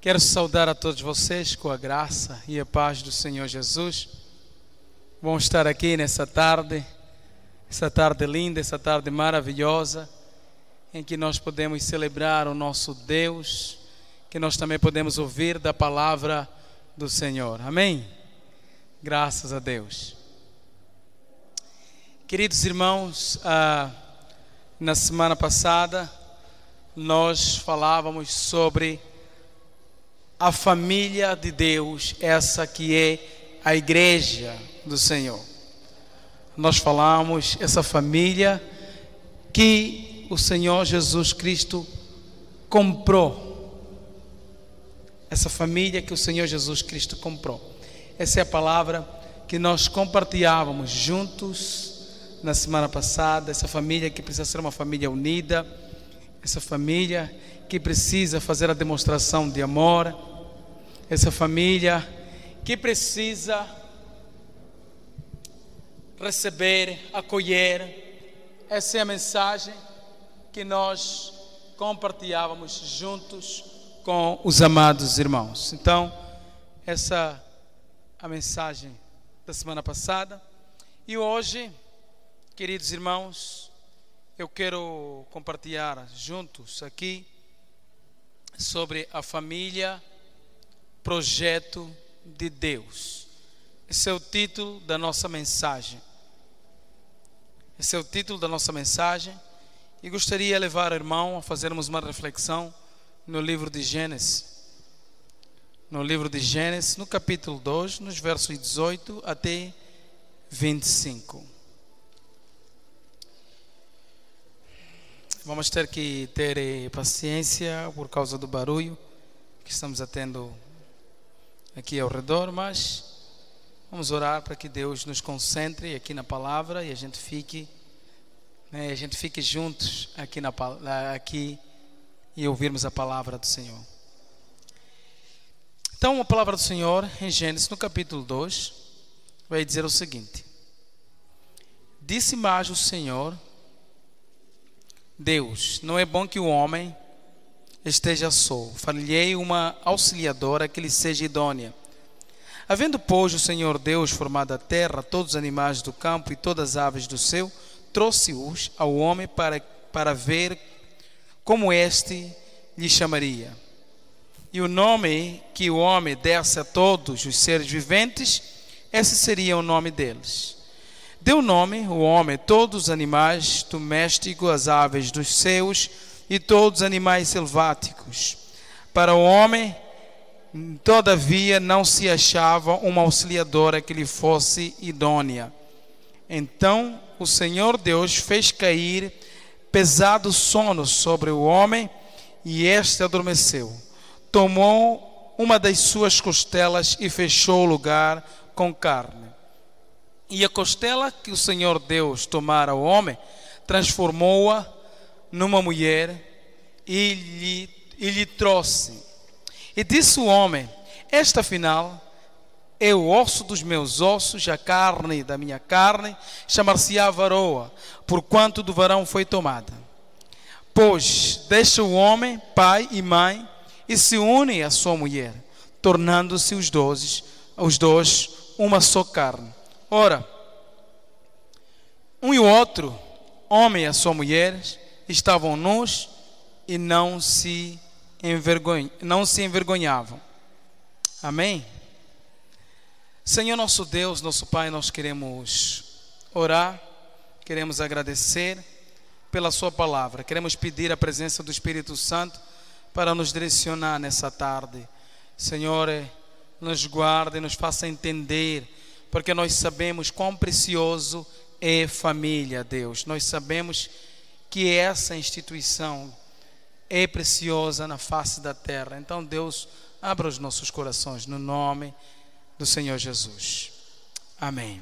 Quero saudar a todos vocês com a graça e a paz do Senhor Jesus. Vamos estar aqui nessa tarde linda, essa tarde maravilhosa, em que nós podemos celebrar o nosso Deus, que nós também podemos ouvir da palavra do Senhor. Amém? Graças a Deus. Queridos irmãos, na semana passada nós falávamos sobre a família de Deus, essa que é a igreja do Senhor. Nós falamos essa família que o Senhor Jesus Cristo comprou. Essa família que o Senhor Jesus Cristo comprou. Essa é a palavra que nós compartilhávamos juntos na semana passada. Essa família que precisa ser uma família unida. Essa família que precisa fazer a demonstração de amor. Essa família que precisa receber, acolher. Essa é a mensagem que nós compartilhávamos juntos com os amados irmãos. Então, essa é a mensagem da semana passada. E hoje, queridos irmãos, eu quero compartilhar juntos aqui sobre a família, projeto de Deus. Esse é o título da nossa mensagem. Esse é o título da nossa mensagem. E gostaria de levar o irmão a fazermos uma reflexão no livro de Gênesis. No livro de Gênesis, no capítulo 2, nos versos 18 até 25. Vamos ter que ter paciência por causa do barulho que estamos tendo aqui ao redor, mas vamos orar para que Deus nos concentre aqui na palavra e a gente fique juntos aqui e ouvirmos a palavra do Senhor. Então, a palavra do Senhor em Gênesis, no capítulo 2, vai dizer o seguinte: Disse mais o Senhor Deus: não é bom que o homem esteja só. Far-lhe-ei uma auxiliadora que lhe seja idônea. Havendo, pois, o Senhor Deus formado a terra, todos os animais do campo e todas as aves do céu, trouxe-os ao homem para ver como este lhe chamaria. E o nome que o homem desse a todos os seres viventes, esse seria o nome deles. Deu nome o homem todos os animais domésticos, as aves dos céus e todos os animais selváticos. Para o homem, todavia, não se achava uma auxiliadora que lhe fosse idônea. Então o Senhor Deus fez cair pesado sono sobre o homem e este adormeceu. Tomou uma das suas costelas e fechou o lugar com carne. E a costela que o Senhor Deus tomara ao homem, transformou-a numa mulher e lhe trouxe. E disse o homem: esta afinal é o osso dos meus ossos, a carne da minha carne, chamar-se-á varoa, porquanto do varão foi tomada. Pois deixa o homem pai e mãe e se une à sua mulher, tornando-se os dois uma só carne. Ora, um e o outro, homem e a sua mulher, estavam nus e não se envergonhavam. Amém? Senhor nosso Deus, nosso Pai, nós queremos orar, queremos agradecer pela sua palavra, queremos pedir a presença do Espírito Santo para nos direcionar nessa tarde. Senhor, nos guarde e nos faça entender, porque nós sabemos quão precioso é família, Deus. Nós sabemos que essa instituição é preciosa na face da terra. Então, Deus, abra os nossos corações no nome do Senhor Jesus. Amém.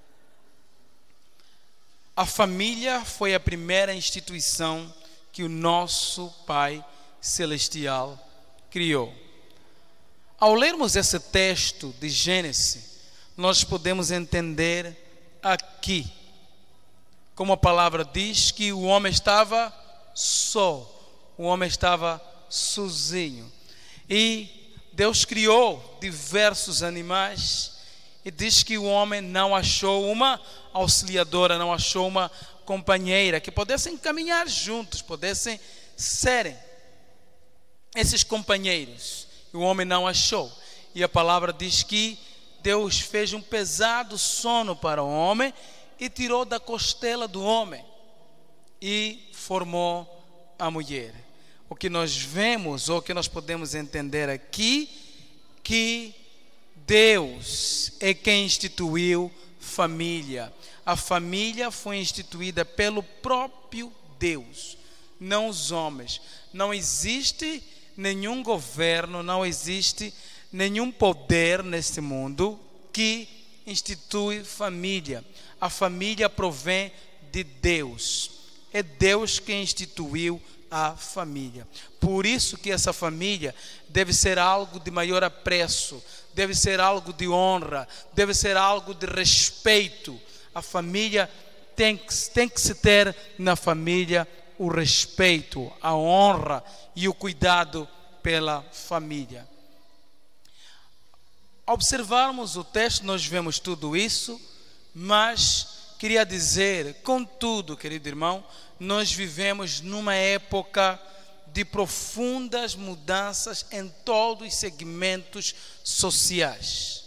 A família foi a primeira instituição que o nosso Pai Celestial criou. Ao lermos esse texto de Gênesis, nós podemos entender aqui, como a palavra diz, que o homem estava só, o homem estava sozinho. E Deus criou diversos animais e diz que o homem não achou uma auxiliadora, não achou uma companheira que pudessem caminhar juntos, pudessem serem esses companheiros. O homem não achou. E a palavra diz que Deus fez um pesado sono para o homem e tirou da costela do homem e formou a mulher. O que nós vemos, ou que nós podemos entender aqui, que Deus é quem instituiu família. A família foi instituída pelo próprio Deus, não os homens. Não existe nenhum governo, não existe nenhum poder neste mundo que institui família. A família provém de Deus. É Deus quem instituiu a família. Por isso que essa família deve ser algo de maior apreço, deve ser algo de honra, deve ser algo de respeito. A família tem que se ter na família o respeito, a honra e o cuidado pela família. Ao observarmos o texto, nós vemos tudo isso, mas queria dizer, contudo, querido irmão, nós vivemos numa época de profundas mudanças em todos os segmentos sociais.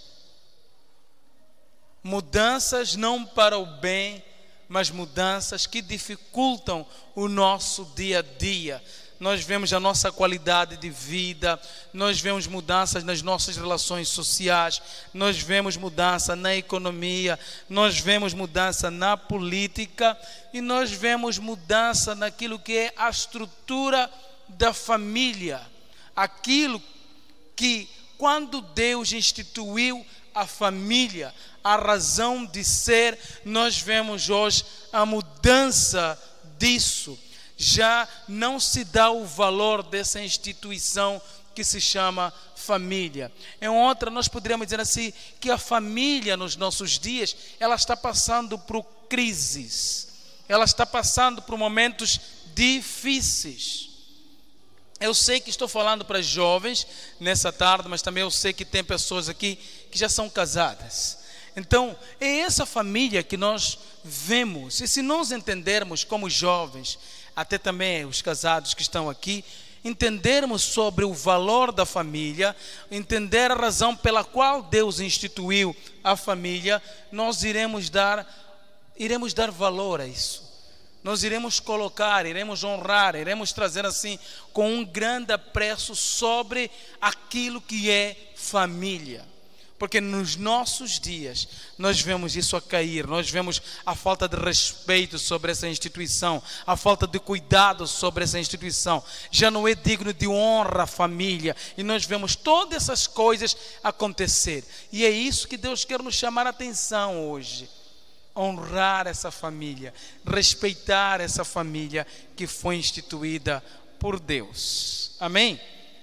Mudanças não para o bem, mas mudanças que dificultam o nosso dia a dia. Nós vemos a nossa qualidade de vida, nós vemos mudanças nas nossas relações sociais, nós vemos mudança na economia, nós vemos mudança na política e nós vemos mudança naquilo que é a estrutura da família. Aquilo que, quando Deus instituiu a família, a razão de ser, nós vemos hoje a mudança disso. Já não se dá o valor dessa instituição que se chama família. Em outra, nós poderíamos dizer assim, que a família nos nossos dias, ela está passando por crises, ela está passando por momentos difíceis. Eu sei que estou falando para jovens nessa tarde, mas também eu sei que tem pessoas aqui que já são casadas. Então, é essa família que nós vemos, e se nós entendermos como jovens, até também os casados que estão aqui, entendermos sobre o valor da família, entender a razão pela qual Deus instituiu a família, nós iremos dar valor a isso. Nós iremos colocar, iremos honrar, iremos trazer assim com um grande apreço sobre aquilo que é família. Porque nos nossos dias nós vemos isso a cair, nós vemos a falta de respeito sobre essa instituição, a falta de cuidado sobre essa instituição. Já não é digno de honra a família e nós vemos todas essas coisas acontecer. E é isso que Deus quer nos chamar a atenção hoje. Honrar essa família, respeitar essa família que foi instituída por Deus. Amém?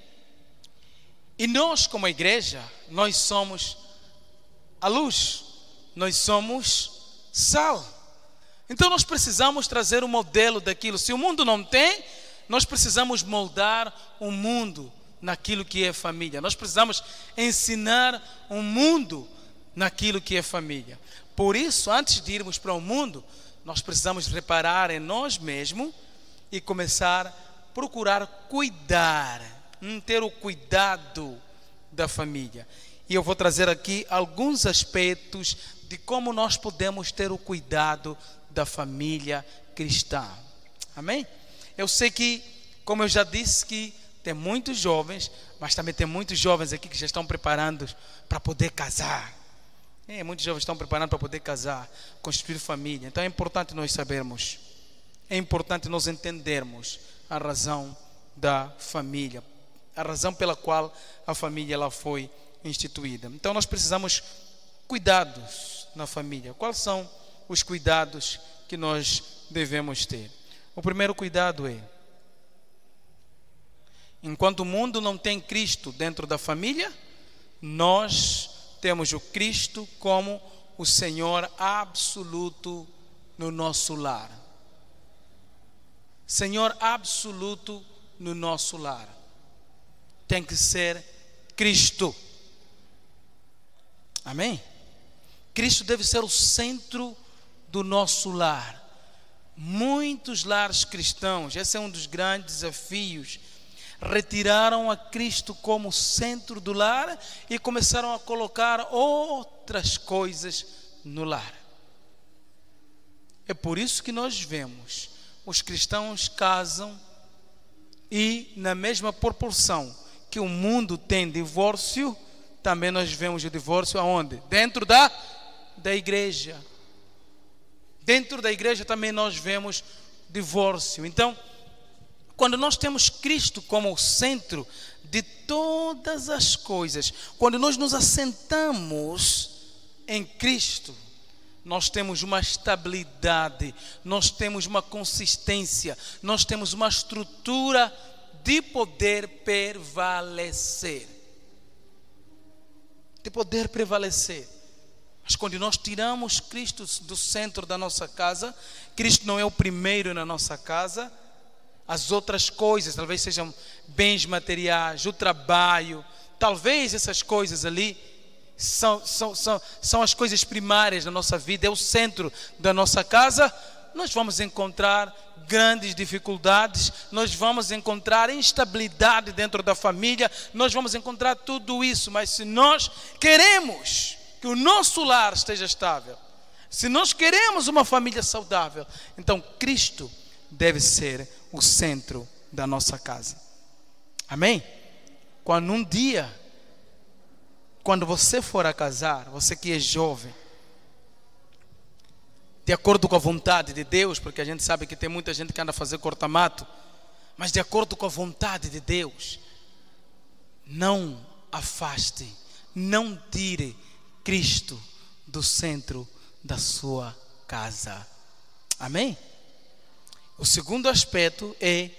E nós, como igreja, nós somos a luz, nós somos sal. Então nós precisamos trazer um modelo daquilo. Se o mundo não tem, nós precisamos moldar o mundo naquilo que é família. Nós precisamos ensinar o mundo naquilo que é família. Por isso, antes de irmos para o mundo, nós precisamos reparar em nós mesmos e começar a procurar cuidar, ter o cuidado da família. E eu vou trazer aqui alguns aspectos de como nós podemos ter o cuidado da família cristã. Amém? Eu sei que, como eu já disse, que tem muitos jovens, mas também tem muitos jovens aqui que já estão preparando para poder casar. Muitos jovens estão preparando para poder casar, constituir família. Então é importante nós sabermos, é importante nós entendermos a razão da família, a razão pela qual a família ela foi instituída. Então nós precisamos cuidados na família. Quais são os cuidados que nós devemos ter? O primeiro cuidado é, enquanto o mundo não tem Cristo dentro da família, nós temos o Cristo como o Senhor absoluto no nosso lar. Senhor absoluto no nosso lar. Tem que ser Cristo. Amém? Cristo deve ser o centro do nosso lar. Muitos lares cristãos, esse é um dos grandes desafios, retiraram a Cristo como centro do lar e começaram a colocar outras coisas no lar. É por isso que nós vemos os cristãos casam e na mesma proporção que o mundo tem divórcio, também nós vemos o divórcio aonde? Dentro da igreja. Dentro da igreja também nós vemos divórcio. Então, quando nós temos Cristo como o centro de todas as coisas, quando nós nos assentamos em Cristo, nós temos uma estabilidade, nós temos uma consistência, nós temos uma estrutura de poder prevalecer. De poder prevalecer. Mas quando nós tiramos Cristo do centro da nossa casa, Cristo não é o primeiro na nossa casa, as outras coisas, talvez sejam bens materiais, o trabalho, talvez essas coisas ali são as coisas primárias da nossa vida, é o centro da nossa casa, nós vamos encontrar grandes dificuldades, nós vamos encontrar instabilidade dentro da família, nós vamos encontrar tudo isso, mas se nós queremos que o nosso lar esteja estável, se nós queremos uma família saudável, então Cristo deve ser o centro da nossa casa. Amém? Quando você for a casar, você que é jovem, de acordo com a vontade de Deus, porque a gente sabe que tem muita gente que anda a fazer corta-mato, mas de acordo com a vontade de Deus, não afaste, não tire Cristo do centro da sua casa. Amém? O segundo aspecto é: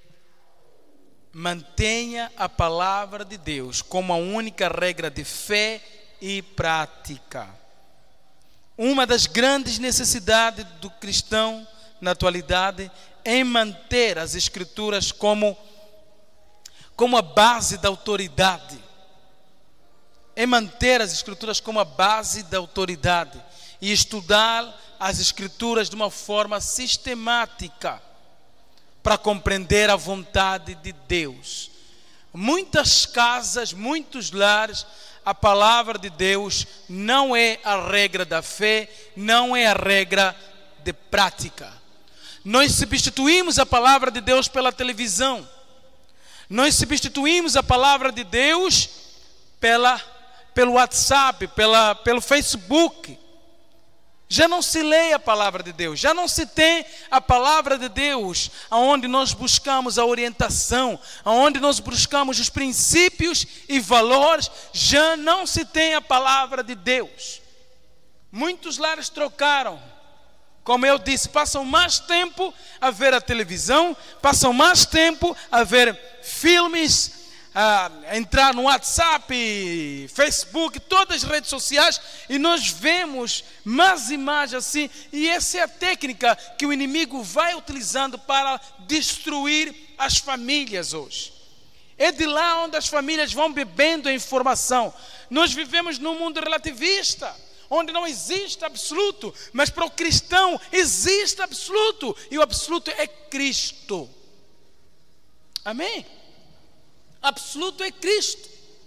mantenha a palavra de Deus como a única regra de fé e prática. Uma das grandes necessidades do cristão na atualidade é manter as Escrituras como a base da autoridade. É manter as Escrituras como a base da autoridade e estudar as Escrituras de uma forma sistemática para compreender a vontade de Deus. Muitas casas, muitos lares, a palavra de Deus não é a regra da fé, não é a regra de prática. Nós substituímos a palavra de Deus pela televisão. Nós substituímos a palavra de Deus pelo WhatsApp, pelo Facebook. Já não se lê a palavra de Deus, já não se tem a palavra de Deus, aonde nós buscamos a orientação, aonde nós buscamos os princípios e valores, já não se tem a palavra de Deus. Muitos lares trocaram, como eu disse, passam mais tempo a ver a televisão, passam mais tempo a ver filmes, a entrar no WhatsApp, Facebook, todas as redes sociais, e nós vemos mais imagens assim, e essa é a técnica que o inimigo vai utilizando para destruir as famílias hoje. É de lá onde as famílias vão bebendo a informação. Nós vivemos num mundo relativista, onde não existe absoluto, mas para o cristão existe absoluto, e o absoluto é Cristo. Amém? Absoluto é Cristo.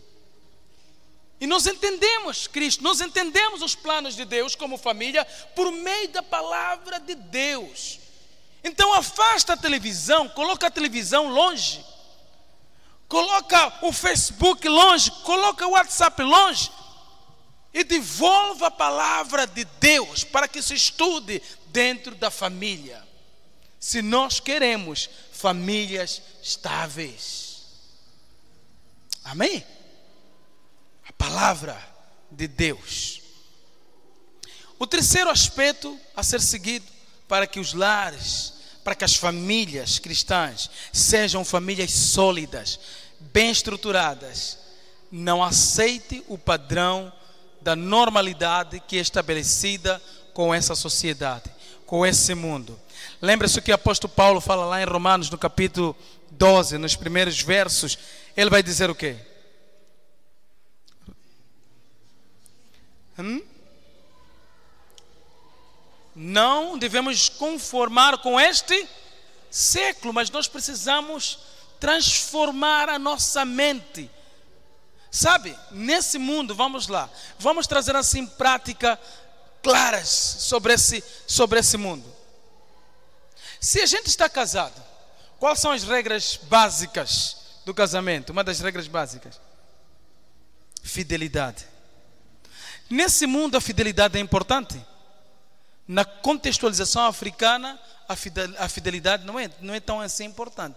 E nós entendemos Cristo, nós entendemos os planos de Deus como família por meio da palavra de Deus. Então afasta a televisão, coloca a televisão longe, coloca o Facebook longe, coloca o WhatsApp longe e devolva a palavra de Deus para que se estude dentro da família. Se nós queremos famílias estáveis. Amém? A palavra de Deus. O terceiro aspecto a ser seguido para que os lares, para que as famílias cristãs sejam famílias sólidas, bem estruturadas, não aceite o padrão da normalidade que é estabelecida com essa sociedade, com esse mundo. Lembra-se o que o apóstolo Paulo fala lá em Romanos, no capítulo 12, nos primeiros versos. Ele vai dizer o quê? Não devemos conformar com este século, mas nós precisamos transformar a nossa mente. Sabe, nesse mundo, vamos lá, vamos trazer assim prática claras sobre esse mundo. Se a gente está casado, quais são as regras básicas do casamento? Uma das regras básicas: fidelidade. Nesse mundo a fidelidade é importante. Na contextualização africana, a fidelidade não é tão assim importante.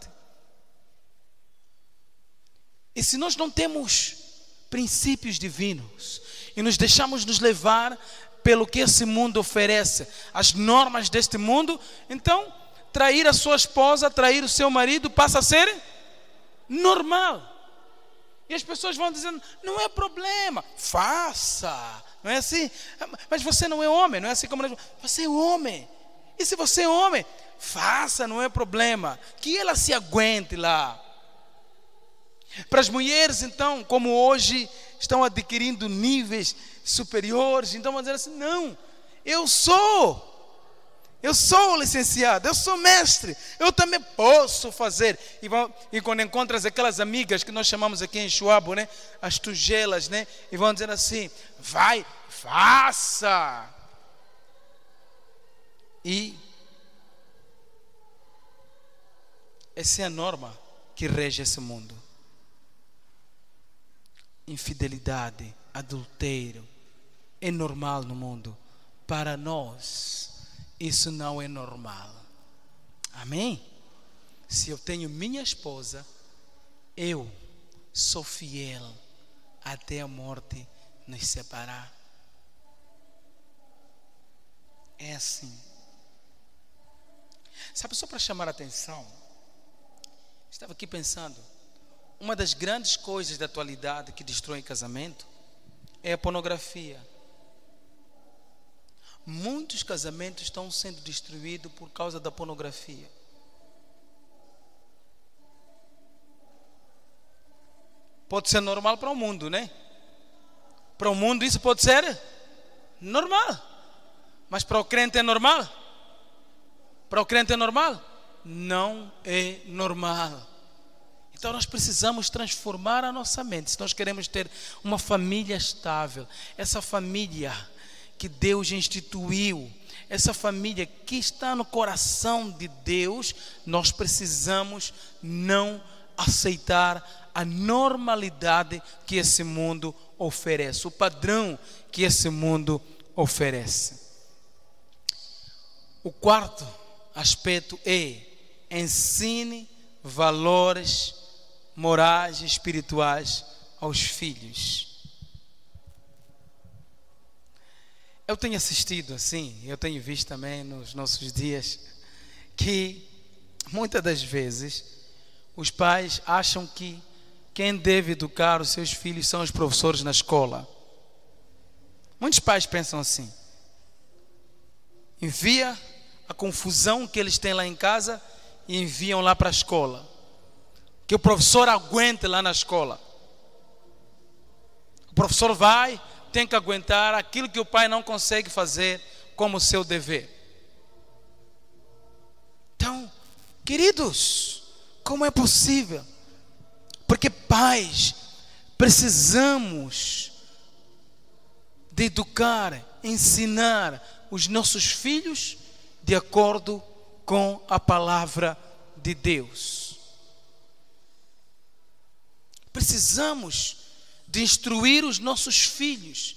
E se nós não temos princípios divinos e nos deixamos nos levar pelo que esse mundo oferece, as normas deste mundo, então trair a sua esposa, trair o seu marido passa a ser normal. E as pessoas vão dizendo: não é problema, faça. Não é assim? Mas você não é homem, não é assim como nós... Você é homem. E se você é homem, faça, não é problema. Que ela se aguente lá. Para as mulheres, então, como hoje estão adquirindo níveis superiores, então vão dizer assim: não, eu sou licenciado, eu sou mestre, eu também posso fazer. E quando encontras aquelas amigas que nós chamamos aqui em Chuabo, né, as tugelas, né, e vão dizer assim: vai, faça. E essa é a norma que rege esse mundo. Infidelidade, adultério é normal no mundo. Para nós isso não é normal. Amém? Se eu tenho minha esposa, eu sou fiel até a morte nos separar. É assim. Sabe, só para chamar a atenção, estava aqui pensando, uma das grandes coisas da atualidade que destrói casamento é a pornografia. Muitos casamentos estão sendo destruídos por causa da pornografia. Pode ser normal para o mundo, né? Para o mundo isso pode ser normal. Mas para o crente é normal? Para o crente é normal? Não é normal. Então nós precisamos transformar a nossa mente. Se nós queremos ter uma família estável, essa família que Deus instituiu, essa família que está no coração de Deus, nós precisamos não aceitar a normalidade que esse mundo oferece, o padrão que esse mundo oferece. O quarto aspecto é: ensine valores morais e espirituais aos filhos. Eu tenho assistido assim, eu tenho visto também nos nossos dias, que muitas das vezes os pais acham que quem deve educar os seus filhos são os professores na escola. Muitos pais pensam assim: envia a confusão que eles têm lá em casa e enviam lá para a escola, que o professor aguente lá na escola. O professor vai, tem que aguentar aquilo que o pai não consegue fazer como seu dever. Então, queridos, como é possível? Porque pais, precisamos de educar, ensinar os nossos filhos de acordo com a palavra de Deus. Precisamos de instruir os nossos filhos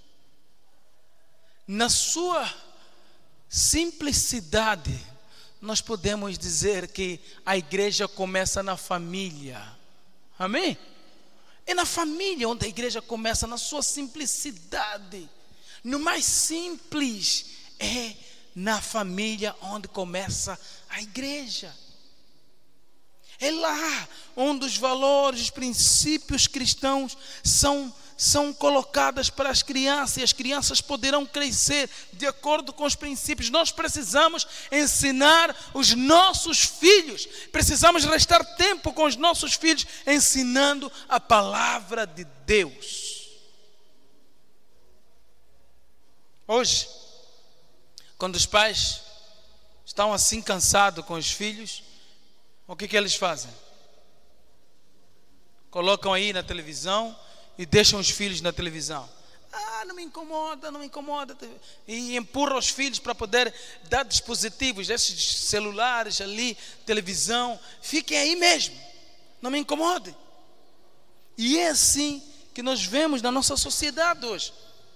na sua simplicidade. Nós podemos dizer que a igreja começa na família. Amém? É na família onde a igreja começa, na sua simplicidade. No mais simples, é na família onde começa a igreja. É lá onde os valores, os princípios cristãos são colocados para as crianças, e as crianças poderão crescer de acordo com os princípios. Nós precisamos ensinar os nossos filhos, precisamos restar tempo com os nossos filhos, ensinando a palavra de Deus. Hoje, quando os pais estão assim cansados com os filhos, o que eles fazem? Colocam aí na televisão e deixam os filhos na televisão. Não me incomoda, não me incomoda. E empurram os filhos para poder dar dispositivos, esses celulares ali, televisão. Fiquem aí mesmo, não me incomodem. E é assim que nós vemos na nossa sociedade hoje.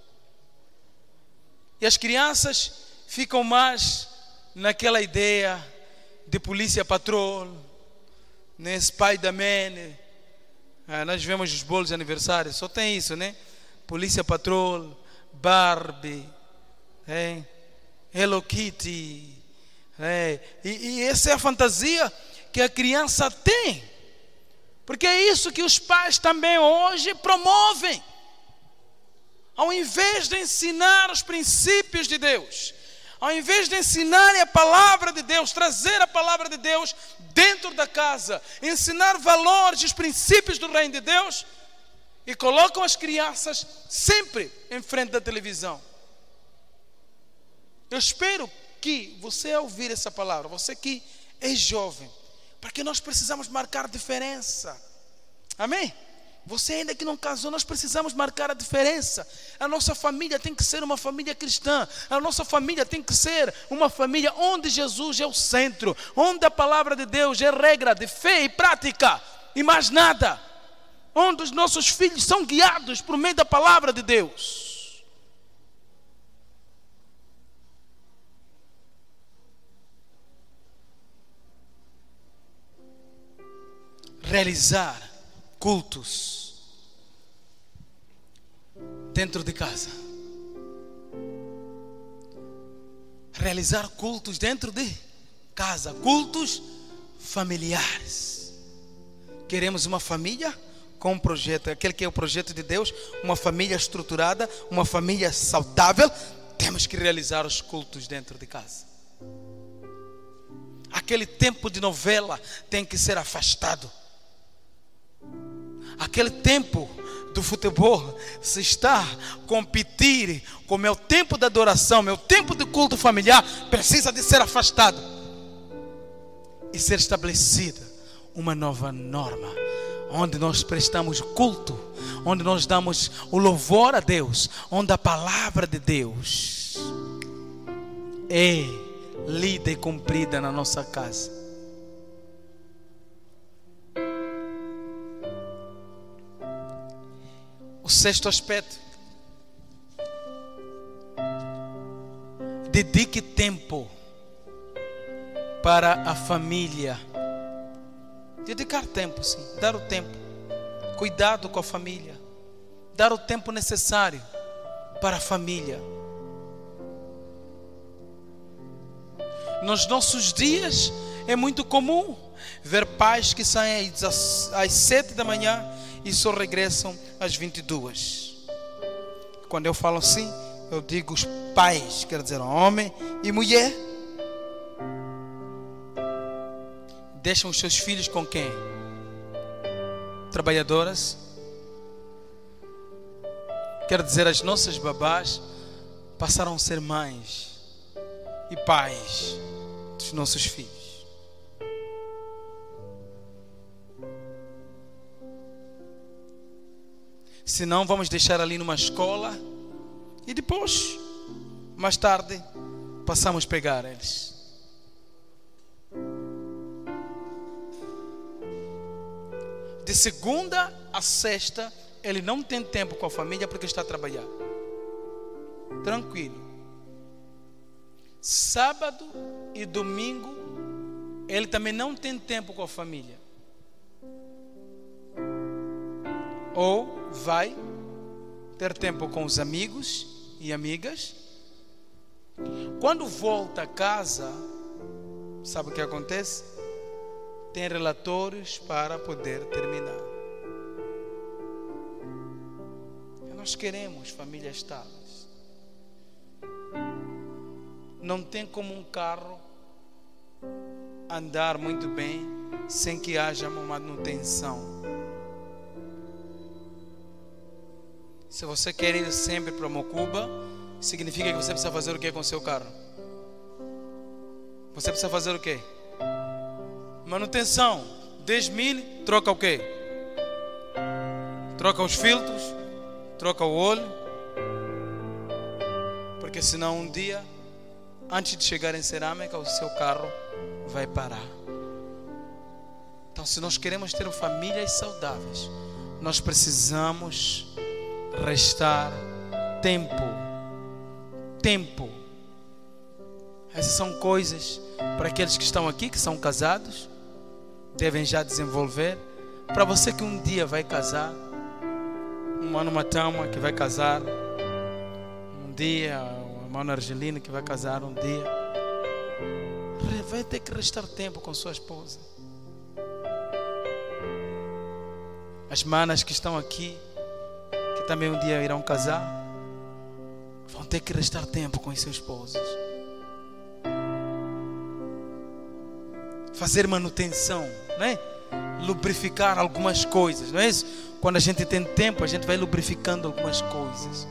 E as crianças ficam mais naquela ideia de polícia patrol, Spider-Man. Nós vemos os bolos de aniversário, só tem isso, né? Polícia patrol, Barbie, Hello Kitty. E essa é a fantasia que a criança tem. Porque é isso que os pais também hoje promovem. Ao invés de ensinar os princípios de Deus, ao invés de ensinar a palavra de Deus, trazer a palavra de Deus dentro da casa, ensinar valores e os princípios do reino de Deus, e colocam as crianças sempre em frente da televisão. Eu espero que você, ao ouvir essa palavra, você que é jovem, porque nós precisamos marcar diferença. Amém? Você ainda que não casou, nós precisamos marcar a diferença. A nossa família tem que ser uma família cristã. A nossa família tem que ser uma família onde Jesus é o centro, onde a palavra de Deus é regra de fé e prática, e mais nada. Onde os nossos filhos são guiados por meio da palavra de Deus. Realizar cultos dentro de casa. Realizar cultos dentro de casa. Cultos familiares. Queremos uma família com um projeto, aquele que é o projeto de Deus, uma família estruturada, uma família saudável. Temos que realizar os cultos dentro de casa. Aquele tempo de novela tem que ser afastado. Aquele tempo do futebol se está a competir com o meu tempo de adoração, meu tempo de culto familiar, precisa de ser afastado e ser estabelecida uma nova norma, onde nós prestamos culto, onde nós damos o louvor a Deus, onde a palavra de Deus é lida e cumprida na nossa casa. O sexto aspecto: dedique tempo para a família. Dedicar tempo, sim, dar o tempo, cuidado com a família, dar o tempo necessário para a família. Nos nossos dias é muito comum ver pais que saem às 7 da manhã e só regressam às 22. Quando eu falo assim, eu digo os pais, quer dizer homem e mulher. Deixam os seus filhos com quem? Trabalhadoras. Quer dizer, as nossas babás passaram a ser mães e pais dos nossos filhos. Se não, vamos deixar ali numa escola e depois, mais tarde, passamos a pegar eles. De segunda a sexta, ele não tem tempo com a família porque está a trabalhar. Tranquilo. Sábado e domingo, ele também não tem tempo com a família. Ou vai ter tempo com os amigos e amigas. Quando volta a casa, sabe o que acontece? Tem relatórios para poder terminar. Nós queremos famílias estáveis. Não tem como um carro andar muito bem sem que haja uma manutenção. Se você quer ir sempre para Mocuba, significa que você precisa fazer o que com o seu carro? Você precisa fazer o quê? Manutenção. 10 mil, troca o quê? Troca os filtros, troca o óleo. Porque senão um dia, antes de chegar em Cerâmica, o seu carro vai parar. Então, se nós queremos ter famílias saudáveis, nós precisamos restar tempo. Tempo. Essas são coisas para aqueles que estão aqui, que são casados, devem já desenvolver. Para você que um dia vai casar, um mano Matama que vai casar um dia, uma mano Argelina que vai casar um dia, vai ter que restar tempo com sua esposa. As manas que estão aqui, que também um dia irão casar, vão ter que restar tempo com os seus esposos. Fazer manutenção, não é? Lubrificar algumas coisas, não é isso? Quando a gente tem tempo, a gente vai lubrificando algumas coisas.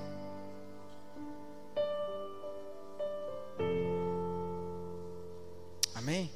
Amém?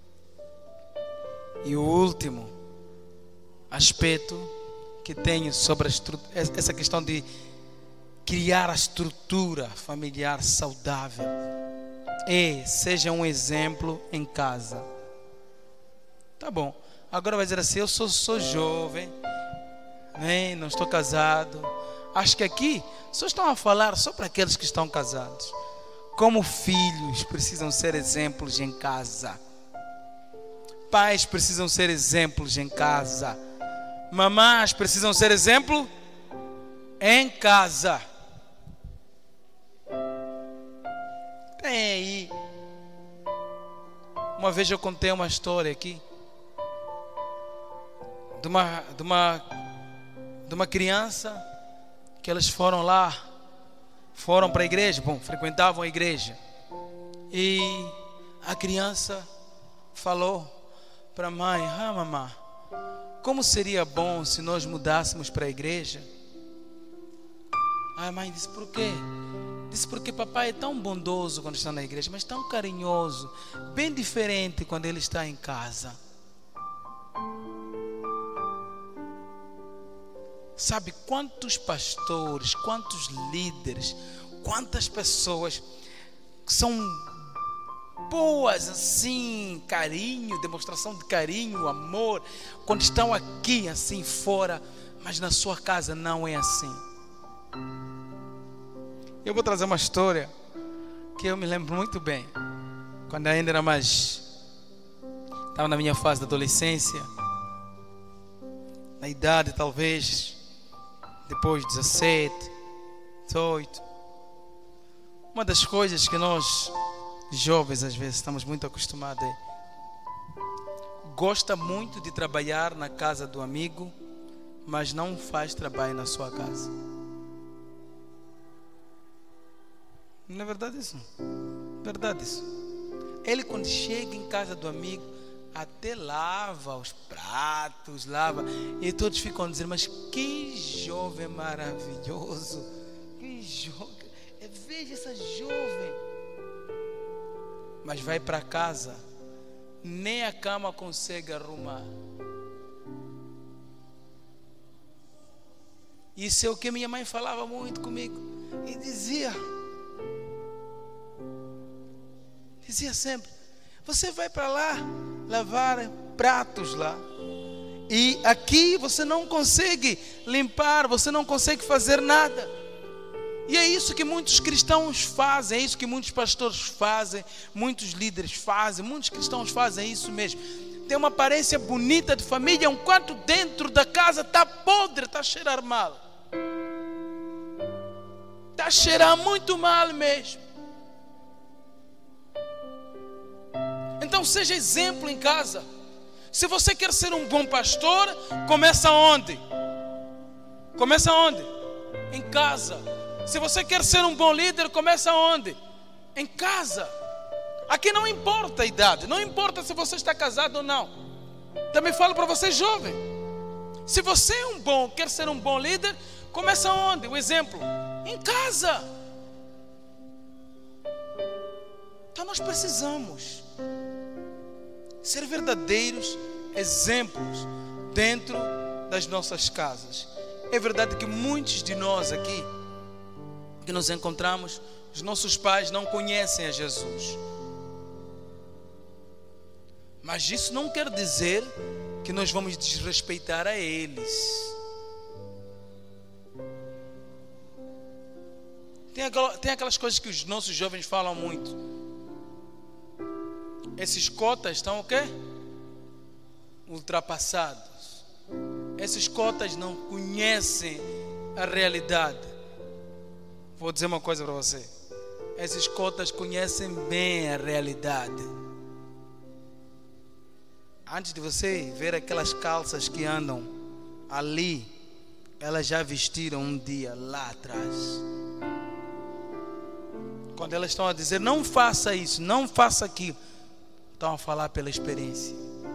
E o último aspecto que tenho sobre essa questão de criar a estrutura familiar saudável seja um exemplo em casa. Tá bom, agora vai dizer assim: eu sou jovem, né? Não estou casado. Acho que aqui só estão a falar só para aqueles que estão casados. Como filhos precisam ser exemplos em casa, pais precisam ser exemplos em casa, mamás precisam ser exemplo em casa. Tem aí. Uma vez eu contei uma história aqui de uma criança que eles foram para a igreja, frequentavam a igreja, e a criança falou para a mãe: mamãe, como seria bom se nós mudássemos para a igreja? A mãe disse: por quê? Disse: porque papai é tão bondoso quando está na igreja, mas tão carinhoso, bem diferente quando ele está em casa. Sabe quantos pastores, quantos líderes, quantas pessoas que são boas assim, carinho, demonstração de carinho, amor, quando estão aqui assim fora, mas na sua casa não é assim. Eu vou trazer uma história que eu me lembro muito bem, quando ainda era estava na minha fase de adolescência, na idade talvez depois de 17, 18. Uma das coisas que nós jovens às vezes estamos muito acostumados gosta muito de trabalhar na casa do amigo, mas não faz trabalho na sua casa. Não é verdade isso? Verdade isso. Ele, quando chega em casa do amigo, até lava os pratos, e todos ficam a dizer: mas que jovem maravilhoso, que jovem, veja essa jovem. Mas vai para casa, nem a cama consegue arrumar. Isso é o que minha mãe falava muito comigo, e dizia sempre: você vai para lá lavar pratos lá, e aqui você não consegue limpar, você não consegue fazer nada. E é isso que muitos cristãos fazem, é isso que muitos pastores fazem, muitos líderes fazem, muitos cristãos fazem isso mesmo. Tem uma aparência bonita de família, enquanto dentro da casa está podre, está a cheirar mal. Está a cheirar muito mal mesmo. Então seja exemplo em casa. Se você quer ser um bom pastor, começa onde? Começa onde? Em casa. Se você quer ser um bom líder, começa onde? Em casa. Aqui não importa a idade, não importa se você está casado ou não. Também falo para você jovem. Se você quer ser um bom líder, começa onde? O exemplo? Em casa. nós precisamos ser verdadeiros exemplos dentro das nossas casas. É verdade que muitos de nós aqui que nos encontramos, os nossos pais não conhecem a Jesus. Mas isso não quer dizer que nós vamos desrespeitar a eles. Tem aquelas coisas que os nossos jovens falam muito. Esses cotas estão o quê? Ultrapassados. Esses cotas não conhecem a realidade. Vou dizer uma coisa para você. Esses cotas conhecem bem a realidade. Antes de você ver aquelas calças que andam ali, elas já vestiram um dia lá atrás. Quando elas estão a dizer, não faça isso, não faça aquilo, estão a falar pela experiência.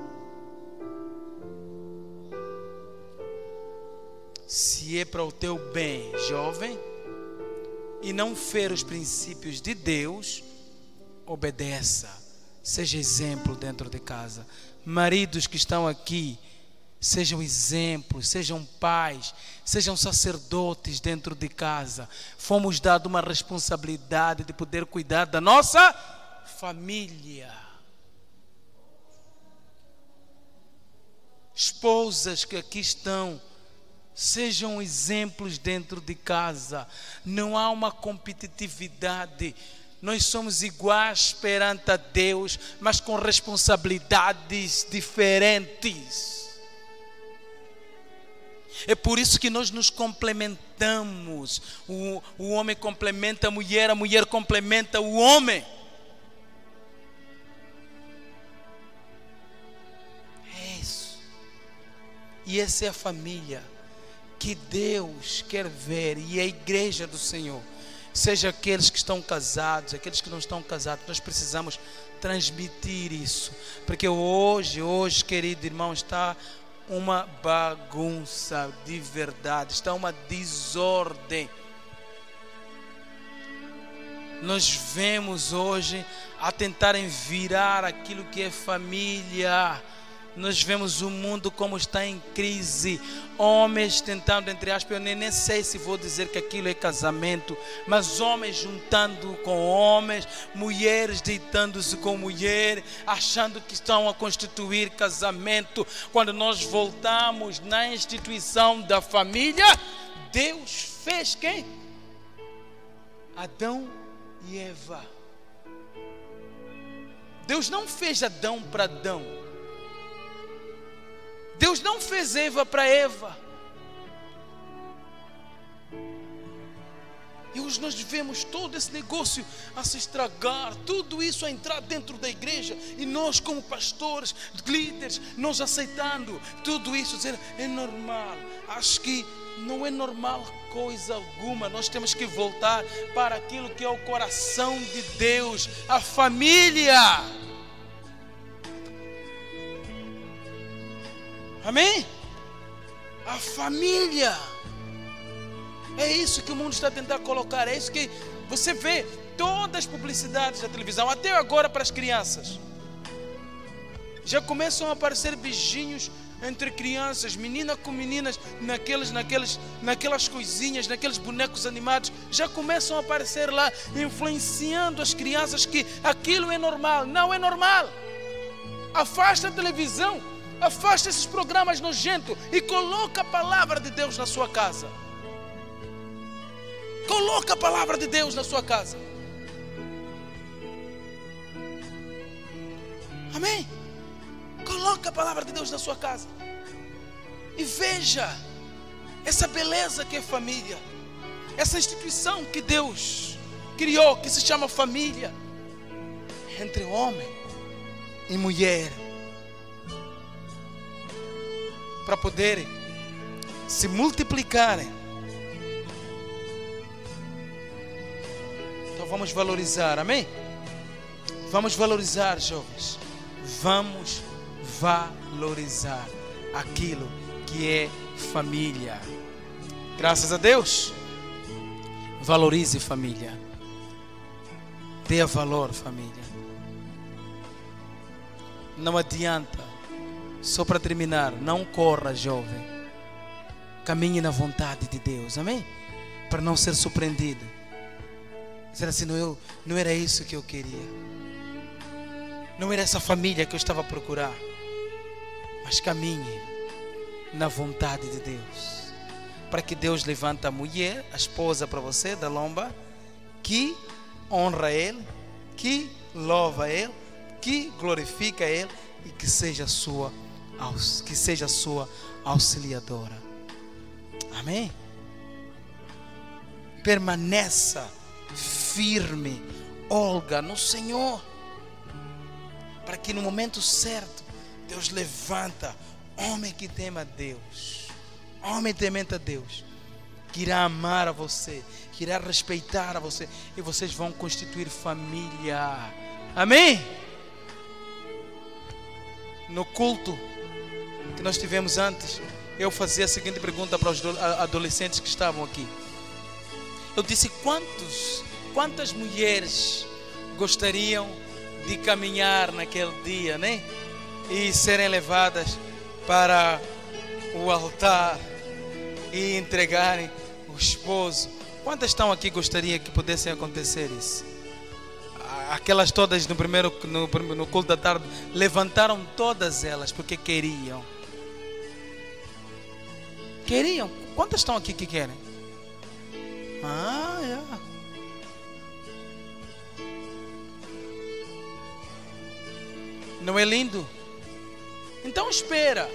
Se é para o teu bem, jovem, e não fer os princípios de Deus, obedeça, seja exemplo dentro de casa. Maridos que estão aqui, sejam exemplos, sejam pais, sejam sacerdotes dentro de casa. Fomos dados uma responsabilidade de poder cuidar da nossa família. Esposas que aqui estão, sejam exemplos dentro de casa. Não há uma competitividade. Nós somos iguais perante a Deus, mas com responsabilidades diferentes. É por isso que nós nos complementamos. O homem complementa a mulher complementa o homem. É isso. E essa é a família que Deus quer ver, e a igreja do Senhor. Seja aqueles que estão casados, aqueles que não estão casados, nós precisamos transmitir isso. Porque hoje, querido irmão, está uma bagunça de verdade, está uma desordem. Nós vemos hoje a tentarem virar aquilo que é família. Nós vemos o mundo como está em crise. Homens tentando, entre aspas, eu nem sei se vou dizer que aquilo é casamento, mas homens juntando com homens, mulheres deitando-se com mulher, achando que estão a constituir casamento. Quando nós voltamos na instituição da família, Deus fez quem? Adão e Eva. Deus não fez Adão para Adão. Deus não fez Eva para Eva. E hoje nós vemos todo esse negócio a se estragar, tudo isso a entrar dentro da igreja, e nós como pastores, líderes, nós aceitando tudo isso, dizer, é normal. Acho que não é normal coisa alguma. Nós temos que voltar para aquilo que é o coração de Deus, a família. Amém? A família. É isso que o mundo está tentando colocar. É isso que você vê todas as publicidades da televisão, até agora para as crianças. Já começam a aparecer beijinhos entre crianças, menina com meninas, naquelas coisinhas, naqueles bonecos animados. Já começam a aparecer lá, influenciando as crianças que aquilo é normal. Não é normal. Afasta a televisão. Afasta esses programas nojentos e coloca a palavra de Deus na sua casa. Coloca a palavra de Deus na sua casa. Amém? Coloca a palavra de Deus na sua casa. E veja essa beleza que é família. Essa instituição que Deus criou, que se chama família. Entre homem e mulher. Para poderem se multiplicarem. Então vamos valorizar, amém? Vamos valorizar, jovens. Vamos valorizar aquilo que é família. Graças a Deus. Valorize família. Dê valor, família. Não adianta. Só para terminar, não corra, jovem. Caminhe na vontade de Deus, amém? Para não ser surpreendido. Dizer assim, não era isso que eu queria. Não era essa família que eu estava a procurar. Mas caminhe na vontade de Deus. Para que Deus levante a mulher, a esposa para você, da lomba, que honra Ele, que louva Ele, que glorifica Ele e que seja sua auxiliadora. Amém? Permaneça firme, Olga, no Senhor, para que no momento certo Deus levanta homem que teme a Deus, homem temente a Deus, que irá amar a você, que irá respeitar a você, e vocês vão constituir família. Amém? No culto que nós tivemos antes, eu fazia a seguinte pergunta para os adolescentes que estavam aqui. Eu disse, quantas mulheres gostariam de caminhar naquele dia, né? E serem levadas para o altar e entregarem o esposo. Quantas estão aqui gostariam que pudessem acontecer isso? Aquelas todas no culto da tarde levantaram todas elas porque queriam. Queriam. Quantas estão aqui que querem? Não é lindo? Então espera.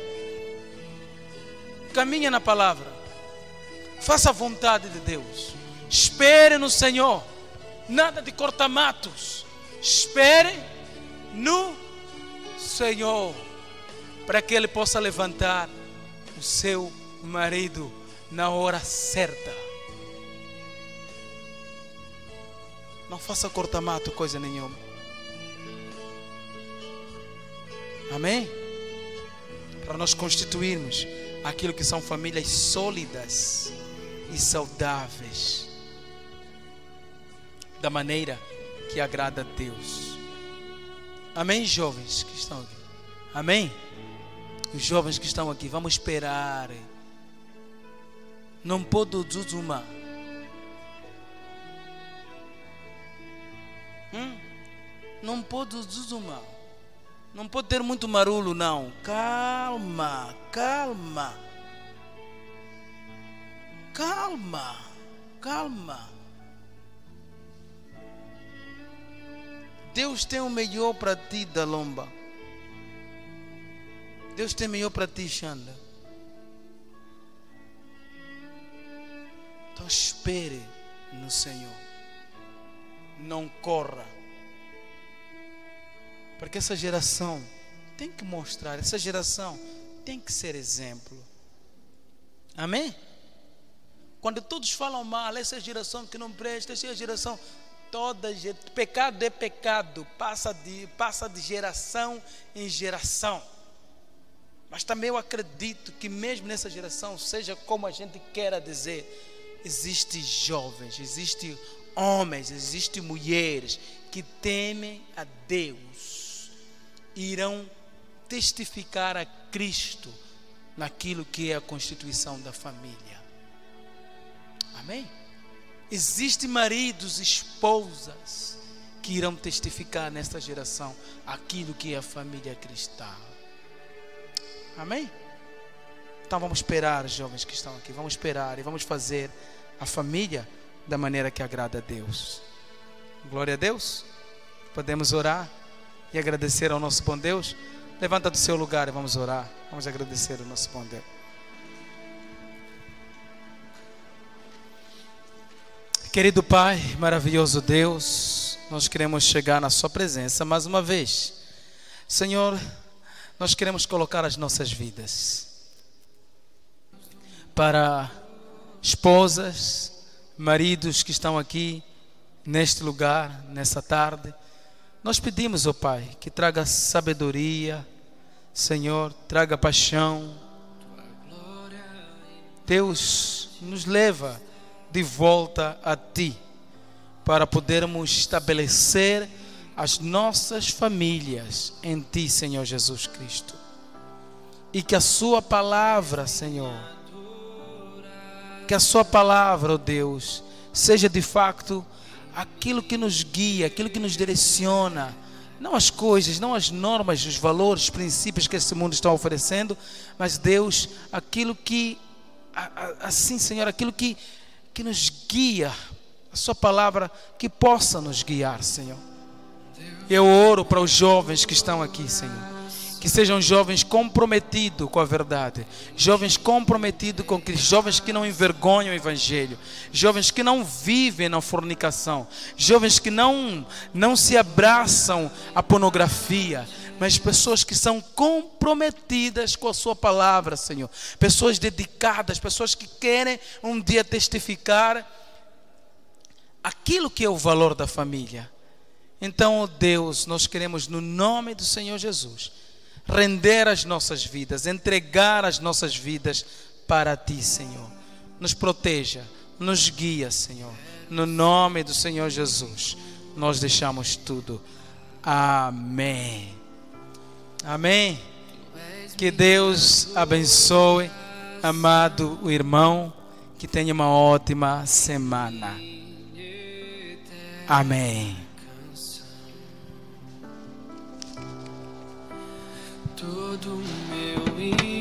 Caminha na palavra. Faça a vontade de Deus. Espere no Senhor. Nada de corta-matos. Espere no Senhor, para que Ele possa levantar o seu marido na hora certa. Não faça corta-mato coisa nenhuma. Amém? Para nós constituirmos aquilo que são famílias sólidas e saudáveis, da maneira que agrada a Deus. Amém, jovens que estão aqui? Amém? Os jovens que estão aqui, vamos esperar. Não pode zuzumar. Não pode zuzumar. Não pode ter muito marulo, não. Calma, calma. Calma, calma. Deus tem o melhor para ti, Dalomba. Deus tem o melhor para ti, Xanda. Então espere no Senhor. Não corra. Porque essa geração tem que mostrar, essa geração tem que ser exemplo. Amém? Quando todos falam mal, essa geração que não presta, essa geração... pecado é pecado, passa de geração em geração. Mas também eu acredito que mesmo nessa geração, seja como a gente queira dizer, existem jovens, existem homens, existem mulheres que temem a Deus, irão testificar a Cristo naquilo que é a constituição da família. Amém? Existem maridos, esposas que irão testificar nesta geração aquilo que é a família cristã. Amém? Então vamos esperar, jovens que estão aqui, vamos esperar e vamos fazer a família da maneira que agrada a Deus. Glória a Deus. Podemos orar e agradecer ao nosso bom Deus. Levanta do seu lugar e vamos orar. Vamos agradecer ao nosso bom Deus. Querido Pai, maravilhoso Deus, nós queremos chegar na sua presença mais uma vez. Senhor, nós queremos colocar as nossas vidas para esposas, maridos que estão aqui neste lugar, nessa tarde. Nós pedimos, ó Pai, que traga sabedoria, Senhor, traga paixão. Deus, nos leva de volta a Ti, para podermos estabelecer as nossas famílias em Ti, Senhor Jesus Cristo. E que a Sua palavra, Senhor, que a Sua palavra, ó Deus, seja de facto aquilo que nos guia, aquilo que nos direciona, não as coisas, não as normas, os valores, os princípios que esse mundo está oferecendo, mas Deus, aquilo que, assim Senhor, aquilo que nos guia, a Sua palavra que possa nos guiar, Senhor. Eu oro para os jovens que estão aqui, Senhor, que sejam jovens comprometidos com a verdade, jovens comprometidos com Cristo, jovens que não envergonham o Evangelho, jovens que não vivem na fornicação, jovens que não se abraçam à pornografia, mas pessoas que são comprometidas com a Sua palavra, Senhor, pessoas dedicadas, pessoas que querem um dia testificar aquilo que é o valor da família. Então, ó Deus, nós queremos, no nome do Senhor Jesus, render as nossas vidas, entregar as nossas vidas para Ti, Senhor. Nos proteja, nos guia, Senhor. No nome do Senhor Jesus, nós deixamos tudo. Amém. Amém. Que Deus abençoe, amado irmão, que tenha uma ótima semana. Amém. Todo meu